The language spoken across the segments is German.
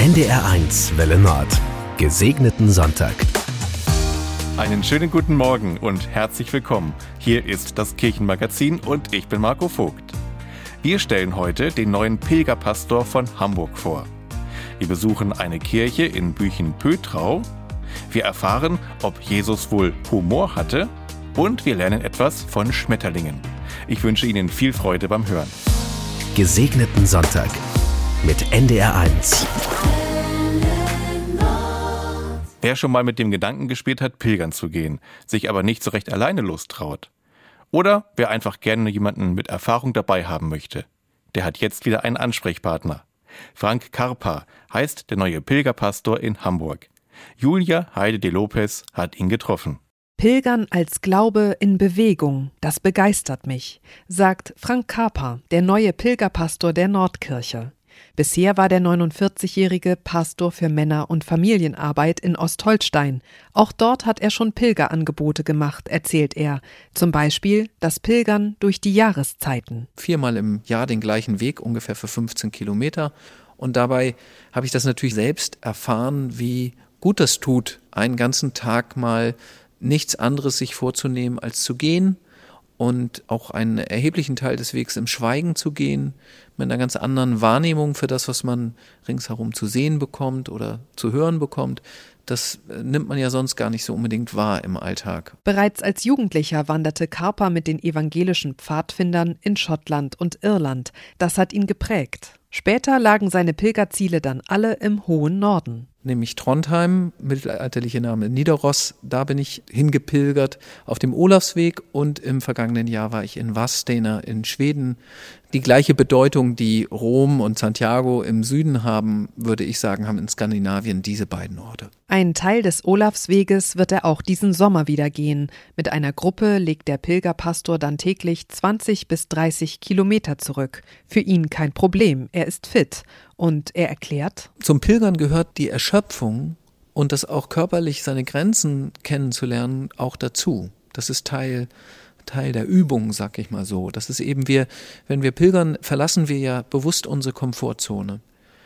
NDR1 Welle Nord. Gesegneten Sonntag. Einen schönen guten Morgen und herzlich willkommen. Hier ist das Kirchenmagazin und ich bin Marco Vogt. Wir stellen heute den neuen Pilgerpastor von Hamburg vor. Wir besuchen eine Kirche in Büchen-Pötrau. Wir erfahren, ob Jesus wohl Humor hatte. Und wir lernen etwas von Schmetterlingen. Ich wünsche Ihnen viel Freude beim Hören. Gesegneten Sonntag mit NDR1. Wer schon mal mit dem Gedanken gespielt hat, pilgern zu gehen, sich aber nicht so recht alleine lostraut. Oder wer einfach gerne jemanden mit Erfahrung dabei haben möchte, der hat jetzt wieder einen Ansprechpartner. Frank Karpa heißt der neue Pilgerpastor in Hamburg. Julia Heide de Lopez hat ihn getroffen. Pilgern als Glaube in Bewegung, das begeistert mich, sagt Frank Karpa, der neue Pilgerpastor der Nordkirche. Bisher war der 49-jährige Pastor für Männer- und Familienarbeit in Ostholstein. Auch dort hat er schon Pilgerangebote gemacht, erzählt er. Zum Beispiel das Pilgern durch die Jahreszeiten. 4-mal im Jahr den gleichen Weg, ungefähr für 15 Kilometer. Und dabei habe ich das natürlich selbst erfahren, wie gut das tut, einen ganzen Tag mal nichts anderes sich vorzunehmen, als zu gehen und auch einen erheblichen Teil des Wegs im Schweigen zu gehen, mit einer ganz anderen Wahrnehmung für das, was man ringsherum zu sehen bekommt oder zu hören bekommt. Das nimmt man ja sonst gar nicht so unbedingt wahr im Alltag. Bereits als Jugendlicher wanderte Karpa mit den evangelischen Pfadfindern in Schottland und Irland. Das hat ihn geprägt. Später lagen seine Pilgerziele dann alle im hohen Norden. Nämlich Trondheim, mittelalterliche Name Nidaros, da bin ich hingepilgert auf dem Olavsweg und im vergangenen Jahr war ich in Vadstena in Schweden. Die gleiche Bedeutung, die Rom und Santiago im Süden haben, würde ich sagen, haben in Skandinavien diese beiden Orte. Ein Teil des Olavsweges wird er auch diesen Sommer wieder gehen. Mit einer Gruppe legt der Pilgerpastor dann täglich 20 bis 30 Kilometer zurück. Für ihn kein Problem, er ist fit. Und er erklärt: Zum Pilgern gehört die Erschöpfung und das auch körperlich seine Grenzen kennenzulernen auch dazu. Das ist Teil der Übung, sag ich mal so. Das ist eben wenn wir pilgern, verlassen wir ja bewusst unsere Komfortzone.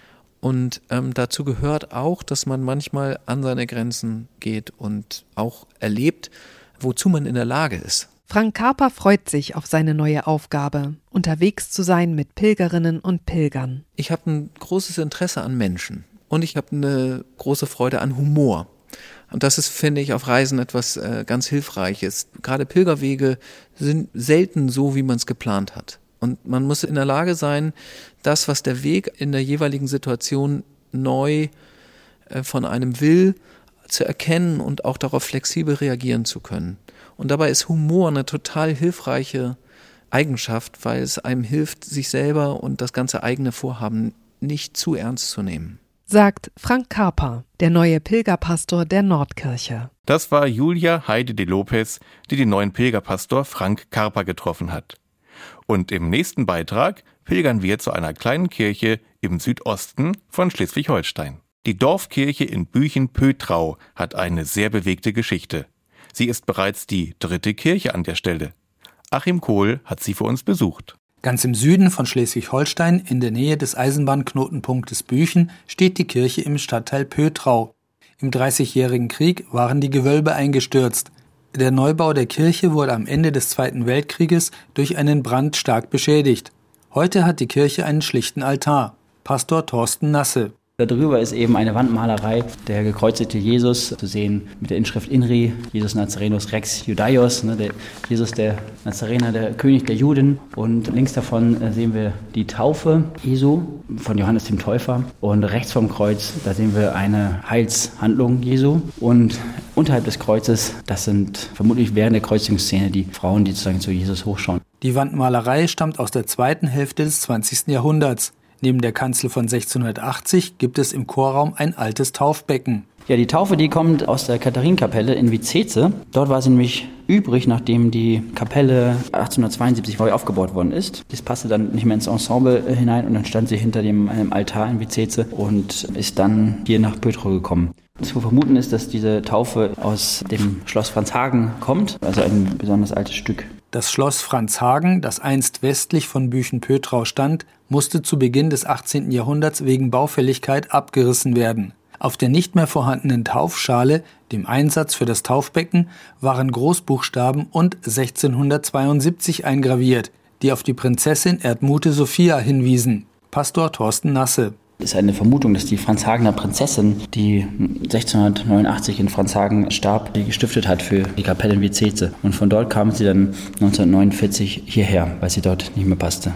Und dazu gehört auch, dass man manchmal an seine Grenzen geht und auch erlebt, wozu man in der Lage ist. Frank Karpa freut sich auf seine neue Aufgabe, unterwegs zu sein mit Pilgerinnen und Pilgern. Ich habe ein großes Interesse an Menschen und ich habe eine große Freude an Humor. Und das ist, finde ich, auf Reisen etwas ganz Hilfreiches. Gerade Pilgerwege sind selten so, wie man es geplant hat. Und man muss in der Lage sein, das, was der Weg in der jeweiligen Situation neu von einem will, zu erkennen und auch darauf flexibel reagieren zu können. Und dabei ist Humor eine total hilfreiche Eigenschaft, weil es einem hilft, sich selber und das ganze eigene Vorhaben nicht zu ernst zu nehmen. Sagt Frank Karpa, der neue Pilgerpastor der Nordkirche. Das war Julia Heide de Lopez, die den neuen Pilgerpastor Frank Karpa getroffen hat. Und im nächsten Beitrag pilgern wir zu einer kleinen Kirche im Südosten von Schleswig-Holstein. Die Dorfkirche in Büchen-Pötrau hat eine sehr bewegte Geschichte. Sie ist bereits die 3. Kirche an der Stelle. Achim Kohl hat sie für uns besucht. Ganz im Süden von Schleswig-Holstein, in der Nähe des Eisenbahnknotenpunktes Büchen, steht die Kirche im Stadtteil Pötrau. Im Dreißigjährigen Krieg waren die Gewölbe eingestürzt. Der Neubau der Kirche wurde am Ende des Zweiten Weltkrieges durch einen Brand stark beschädigt. Heute hat die Kirche einen schlichten Altar. Pastor Thorsten Nasse. Darüber ist eben eine Wandmalerei, der gekreuzigte Jesus, zu sehen mit der Inschrift INRI, Jesus Nazarenus Rex Judaios, der Jesus der Nazarener, der König der Juden. Und links davon sehen wir die Taufe Jesu von Johannes dem Täufer. Und rechts vom Kreuz, da sehen wir eine Heilshandlung Jesu. Und unterhalb des Kreuzes, das sind vermutlich während der Kreuzigungsszene die Frauen, die sozusagen zu Jesus hochschauen. Die Wandmalerei stammt aus der zweiten Hälfte des 20. Jahrhunderts. Neben der Kanzel von 1680 gibt es im Chorraum ein altes Taufbecken. Ja, die Taufe, die kommt aus der Katharinenkapelle in Vizzeze. Dort war sie nämlich übrig, nachdem die Kapelle 1872 neu aufgebaut worden ist. Das passte dann nicht mehr ins Ensemble hinein und dann stand sie hinter einem Altar in Vizzeze und ist dann hier nach Pötrau gekommen. Zu vermuten ist, dass diese Taufe aus dem Schloss Franzhagen kommt, also ein besonders altes Stück. Das Schloss Franzhagen, das einst westlich von Büchen-Pötrau stand, musste zu Beginn des 18. Jahrhunderts wegen Baufälligkeit abgerissen werden. Auf der nicht mehr vorhandenen Taufschale, dem Einsatz für das Taufbecken, waren Großbuchstaben und 1672 eingraviert, die auf die Prinzessin Erdmute Sophia hinwiesen. Pastor Thorsten Nasse. Es ist eine Vermutung, dass die Franzhagener Prinzessin, die 1689 in Franzhagen starb, die gestiftet hat für die Kapelle in Viezeze. Und von dort kam sie dann 1949 hierher, weil sie dort nicht mehr passte.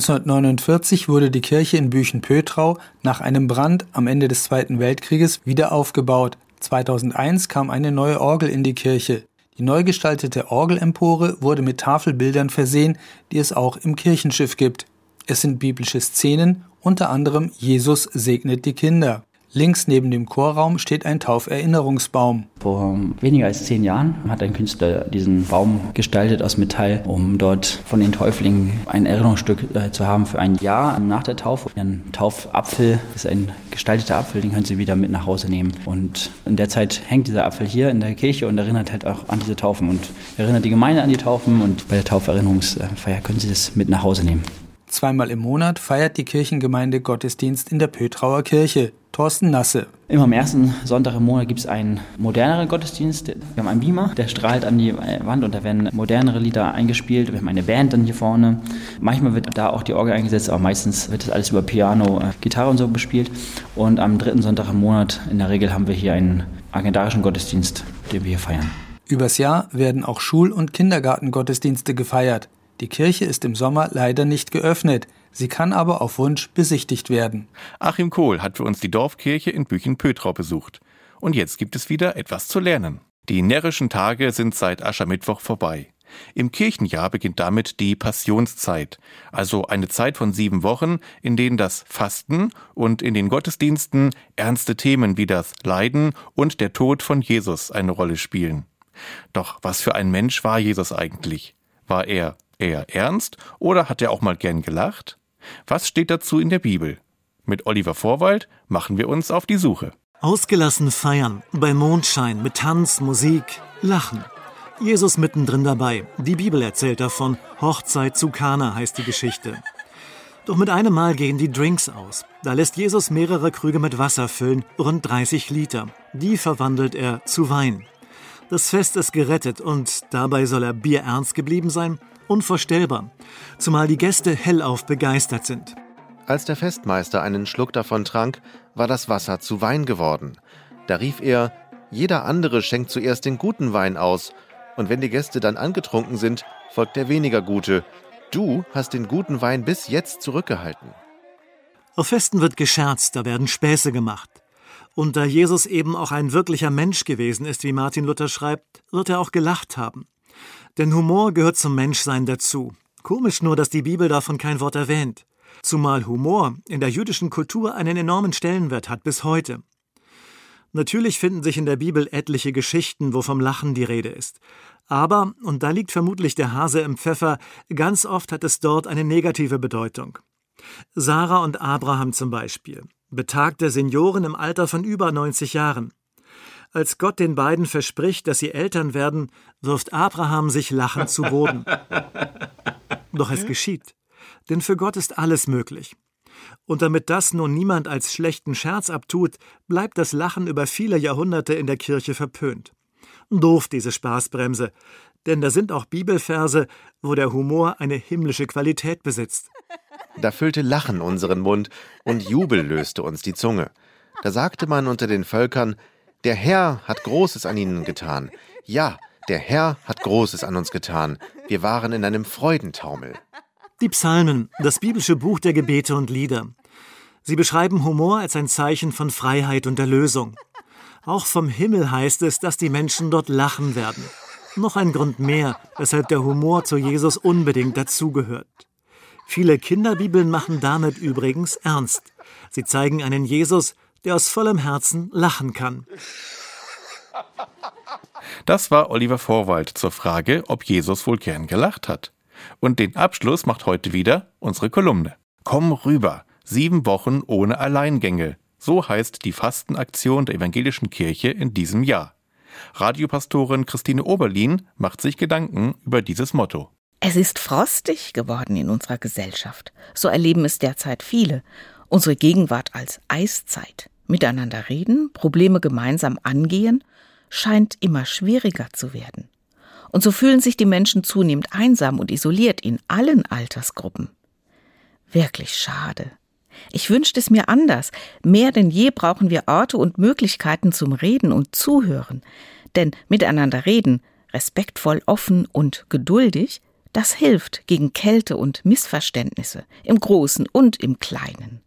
1949 wurde die Kirche in Büchen-Pötrau nach einem Brand am Ende des Zweiten Weltkrieges wieder aufgebaut. 2001 kam eine neue Orgel in die Kirche. Die neu gestaltete Orgelempore wurde mit Tafelbildern versehen, die es auch im Kirchenschiff gibt. Es sind biblische Szenen, unter anderem Jesus segnet die Kinder. Links neben dem Chorraum steht ein Tauferinnerungsbaum. Vor weniger als 10 Jahren hat ein Künstler diesen Baum gestaltet aus Metall, um dort von den Täuflingen ein Erinnerungsstück zu haben für ein Jahr nach der Taufe. Ein Taufapfel ist ein gestalteter Apfel, den können Sie wieder mit nach Hause nehmen. Und in der Zeit hängt dieser Apfel hier in der Kirche und erinnert halt auch an diese Taufen und erinnert die Gemeinde an die Taufen. Und bei der Tauferinnerungsfeier können Sie das mit nach Hause nehmen. Zweimal im Monat feiert die Kirchengemeinde Gottesdienst in der Pötrauer Kirche. Thorsten Nasse. Immer am ersten Sonntag im Monat gibt es einen moderneren Gottesdienst. Wir haben einen Beamer, der strahlt an die Wand und da werden modernere Lieder eingespielt. Wir haben eine Band dann hier vorne. Manchmal wird da auch die Orgel eingesetzt, aber meistens wird das alles über Piano, Gitarre und so bespielt. Und am 3. Sonntag im Monat in der Regel haben wir hier einen agendarischen Gottesdienst, den wir hier feiern. Übers Jahr werden auch Schul- und Kindergartengottesdienste gefeiert. Die Kirche ist im Sommer leider nicht geöffnet. Sie kann aber auf Wunsch besichtigt werden. Achim Kohl hat für uns die Dorfkirche in Büchen-Pötrau besucht. Und jetzt gibt es wieder etwas zu lernen. Die närrischen Tage sind seit Aschermittwoch vorbei. Im Kirchenjahr beginnt damit die Passionszeit, also eine Zeit von 7 Wochen, in denen das Fasten und in den Gottesdiensten ernste Themen wie das Leiden und der Tod von Jesus eine Rolle spielen. Doch was für ein Mensch war Jesus eigentlich? War er eher ernst oder hat er auch mal gern gelacht? Was steht dazu in der Bibel? Mit Oliver Vorwald machen wir uns auf die Suche. Ausgelassen feiern, bei Mondschein, mit Tanz, Musik, Lachen. Jesus mittendrin dabei. Die Bibel erzählt davon. Hochzeit zu Kana heißt die Geschichte. Doch mit einem Mal gehen die Drinks aus. Da lässt Jesus mehrere Krüge mit Wasser füllen, rund 30 Liter. Die verwandelt er zu Wein. Das Fest ist gerettet und dabei soll er bierernst geblieben sein? Unvorstellbar, zumal die Gäste hellauf begeistert sind. Als der Festmeister einen Schluck davon trank, war das Wasser zu Wein geworden. Da rief er, jeder andere schenkt zuerst den guten Wein aus, und wenn die Gäste dann angetrunken sind, folgt der weniger gute. Du hast den guten Wein bis jetzt zurückgehalten. Auf Festen wird gescherzt, da werden Späße gemacht. Und da Jesus eben auch ein wirklicher Mensch gewesen ist, wie Martin Luther schreibt, wird er auch gelacht haben. Denn Humor gehört zum Menschsein dazu. Komisch nur, dass die Bibel davon kein Wort erwähnt. Zumal Humor in der jüdischen Kultur einen enormen Stellenwert hat bis heute. Natürlich finden sich in der Bibel etliche Geschichten, wo vom Lachen die Rede ist. Aber, und da liegt vermutlich der Hase im Pfeffer, ganz oft hat es dort eine negative Bedeutung. Sarah und Abraham zum Beispiel, betagte Senioren im Alter von über 90 Jahren. Als Gott den beiden verspricht, dass sie Eltern werden, wirft Abraham sich lachend zu Boden. Doch es geschieht, denn für Gott ist alles möglich. Und damit das nun niemand als schlechten Scherz abtut, bleibt das Lachen über viele Jahrhunderte in der Kirche verpönt. Doof diese Spaßbremse, denn da sind auch Bibelverse, wo der Humor eine himmlische Qualität besitzt. Da füllte Lachen unseren Mund und Jubel löste uns die Zunge. Da sagte man unter den Völkern, der Herr hat Großes an ihnen getan. Ja, der Herr hat Großes an uns getan. Wir waren in einem Freudentaumel. Die Psalmen, das biblische Buch der Gebete und Lieder. Sie beschreiben Humor als ein Zeichen von Freiheit und Erlösung. Auch vom Himmel heißt es, dass die Menschen dort lachen werden. Noch ein Grund mehr, weshalb der Humor zu Jesus unbedingt dazugehört. Viele Kinderbibeln machen damit übrigens ernst. Sie zeigen einen Jesus, der aus vollem Herzen lachen kann. Das war Oliver Vorwald zur Frage, ob Jesus wohl gern gelacht hat. Und den Abschluss macht heute wieder unsere Kolumne. Komm rüber, 7 Wochen ohne Alleingänge. So heißt die Fastenaktion der Evangelischen Kirche in diesem Jahr. Radiopastorin Christine Oberlin macht sich Gedanken über dieses Motto. Es ist frostig geworden in unserer Gesellschaft. So erleben es derzeit viele. Unsere Gegenwart als Eiszeit. Miteinander reden, Probleme gemeinsam angehen, scheint immer schwieriger zu werden. Und so fühlen sich die Menschen zunehmend einsam und isoliert in allen Altersgruppen. Wirklich schade. Ich wünschte es mir anders. Mehr denn je brauchen wir Orte und Möglichkeiten zum Reden und Zuhören. Denn miteinander reden, respektvoll, offen und geduldig, das hilft gegen Kälte und Missverständnisse, im Großen und im Kleinen.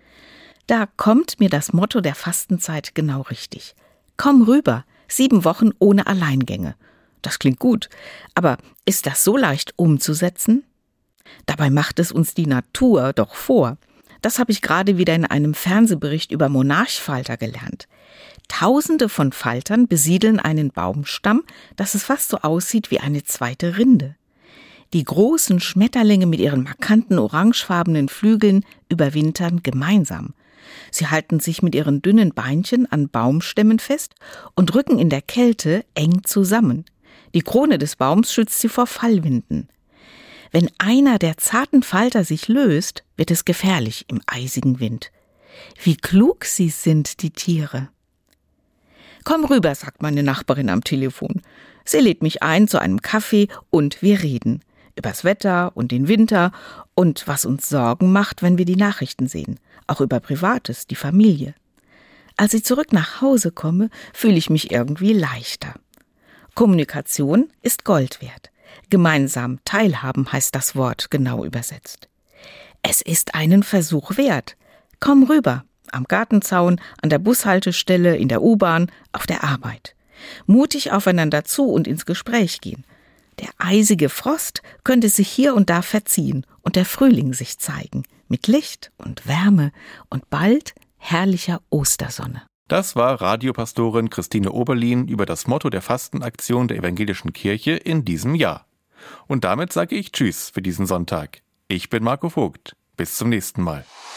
Da kommt mir das Motto der Fastenzeit genau richtig. Komm rüber, 7 Wochen ohne Alleingänge. Das klingt gut, aber ist das so leicht umzusetzen? Dabei macht es uns die Natur doch vor. Das habe ich gerade wieder in einem Fernsehbericht über Monarchfalter gelernt. Tausende von Faltern besiedeln einen Baumstamm, dass es fast so aussieht wie eine zweite Rinde. Die großen Schmetterlinge mit ihren markanten orangefarbenen Flügeln überwintern gemeinsam. Sie halten sich mit ihren dünnen Beinchen an Baumstämmen fest und rücken in der Kälte eng zusammen. Die Krone des Baums schützt sie vor Fallwinden. Wenn einer der zarten Falter sich löst, wird es gefährlich im eisigen Wind. Wie klug sie sind, die Tiere. Komm rüber, sagt meine Nachbarin am Telefon. Sie lädt mich ein zu einem Kaffee und wir reden. Übers Wetter und den Winter und was uns Sorgen macht, wenn wir die Nachrichten sehen. Auch über Privates, die Familie. Als ich zurück nach Hause komme, fühle ich mich irgendwie leichter. Kommunikation ist Gold wert. Gemeinsam teilhaben heißt das Wort genau übersetzt. Es ist einen Versuch wert. Komm rüber, am Gartenzaun, an der Bushaltestelle, in der U-Bahn, auf der Arbeit. Mutig aufeinander zu und ins Gespräch gehen. Der eisige Frost könnte sich hier und da verziehen und der Frühling sich zeigen, mit Licht und Wärme und bald herrlicher Ostersonne. Das war Radiopastorin Christine Oberlin über das Motto der Fastenaktion der Evangelischen Kirche in diesem Jahr. Und damit sage ich Tschüss für diesen Sonntag. Ich bin Marco Vogt. Bis zum nächsten Mal.